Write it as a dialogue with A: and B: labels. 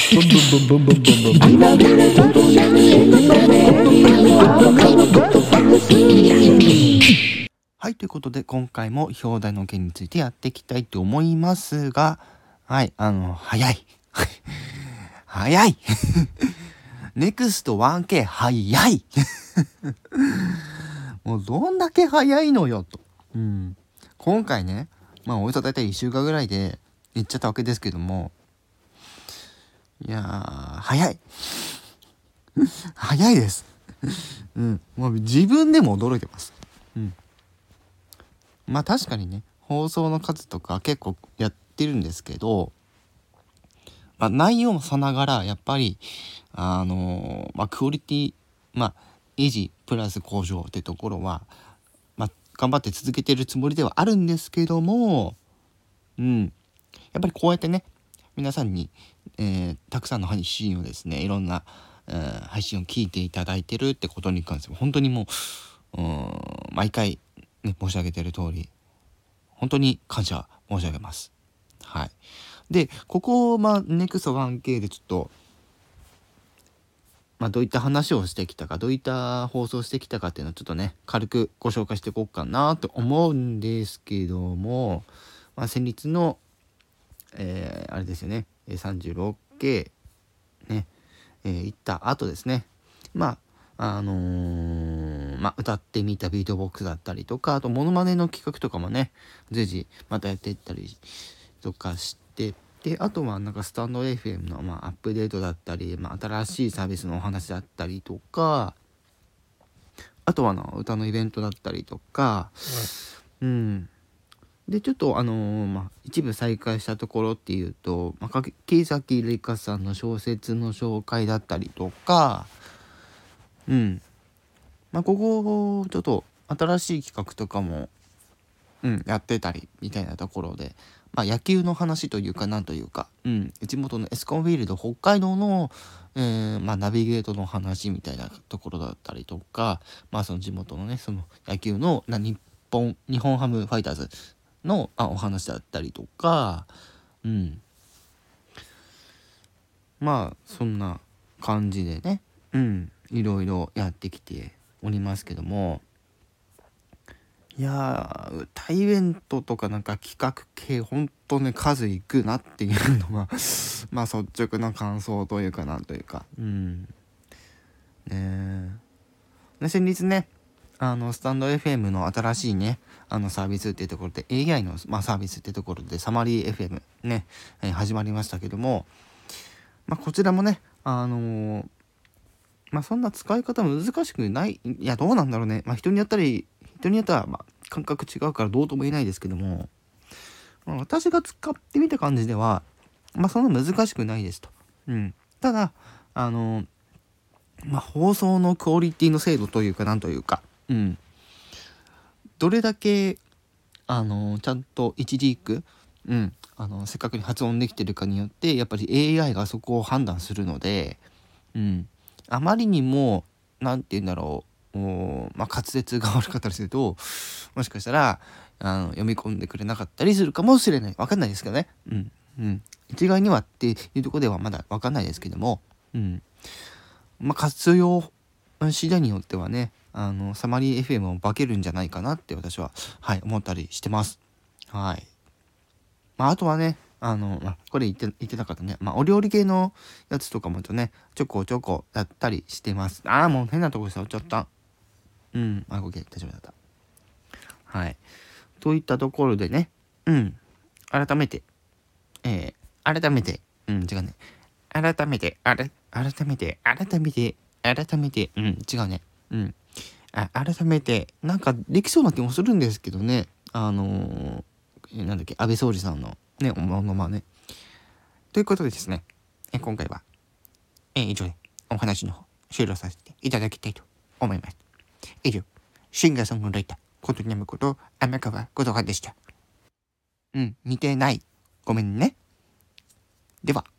A: ブンブンブンブンブンブンブンブン。はい、ということで今回も表題の件についてやっていきたいと思いますが、はい、早い早いネクスト 1K 早いもうどんだけ早いのよと。今回ね、およそ大体1週間ぐらいで行っちゃったわけですけども、いやー早い早いですもう自分でも驚いてます。確かにね、放送の数とか結構やってるんですけど、内容もさながらやっぱりクオリティ維持プラス向上ってところは頑張って続けてるつもりではあるんですけども、やっぱりこうやってね、皆さんに、たくさんの配信をですね、いろんな、配信を聞いていただいてるってことに関しても本当にもう毎回、ね、申し上げてる通り本当に感謝申し上げます。はい。でここNEXT1K でちょっとどういった話をしてきたか、どういった放送してきたかっていうのをちょっとね軽くご紹介していこうかなと思うんですけども、先日の、あれですよね 36K ね、行った後ですね、歌ってみたビートボックスだったりとか、あとモノマネの企画とかもね随時またやっていったりとかして、であとはスタンド FM のアップデートだったり、新しいサービスのお話だったりとか、あとは歌のイベントだったりとか、でちょっと一部再開したところっていうと、柿崎玲香さんの小説の紹介だったりとか、ここちょっと新しい企画とかもやってたりみたいなところで、野球の話というかなんというか、地元のエスコンフィールド北海道の、ナビゲートの話みたいなところだったりとか、その地元のねその野球の日本ハムファイターズのお話だったりとか、そんな感じでね、いろいろやってきておりますけども、いや歌イベントとか企画系ほんとね数いくなっていうのが率直な感想というかなんというか先日ねスタンド FM の新しいねサービスっていうところで AI の、サービスっていうところでサマリー FM ね、始まりましたけども、こちらもねそんな使い方難しくない、いやどうなんだろうね、人によったら感覚違うからどうとも言えないですけども、私が使ってみた感じではそんな難しくないですと。ただ放送のクオリティの精度というかなんというか、どれだけちゃんと一字一句正確に発音できてるかによってやっぱり AI がそこを判断するので、あまりにもなんて言うんだろう、滑舌が悪かったりするともしかしたら読み込んでくれなかったりするかもしれない、分かんないですけどね、一概にはっていうところではまだ分かんないですけども、活用次第によってはねサマリー FM を化けるんじゃないかなって私は思ったりしてます。あとはねこれ言ってなかったね、お料理系のやつとかもねちょこちょこやったりしてます。もう変なとこ触っちゃった。OK 大丈夫だった。といったところでね改めて違うね改めて違うね改めてできそうな気もするんですけどね、なんだっけ安倍総理さんのねおままねということでですね、今回は、以上でお話の方終了させていただきたいと思います。以上、シンガーソングライターことにゃむこと天川琴葉でした。似てない、ごめんね。では。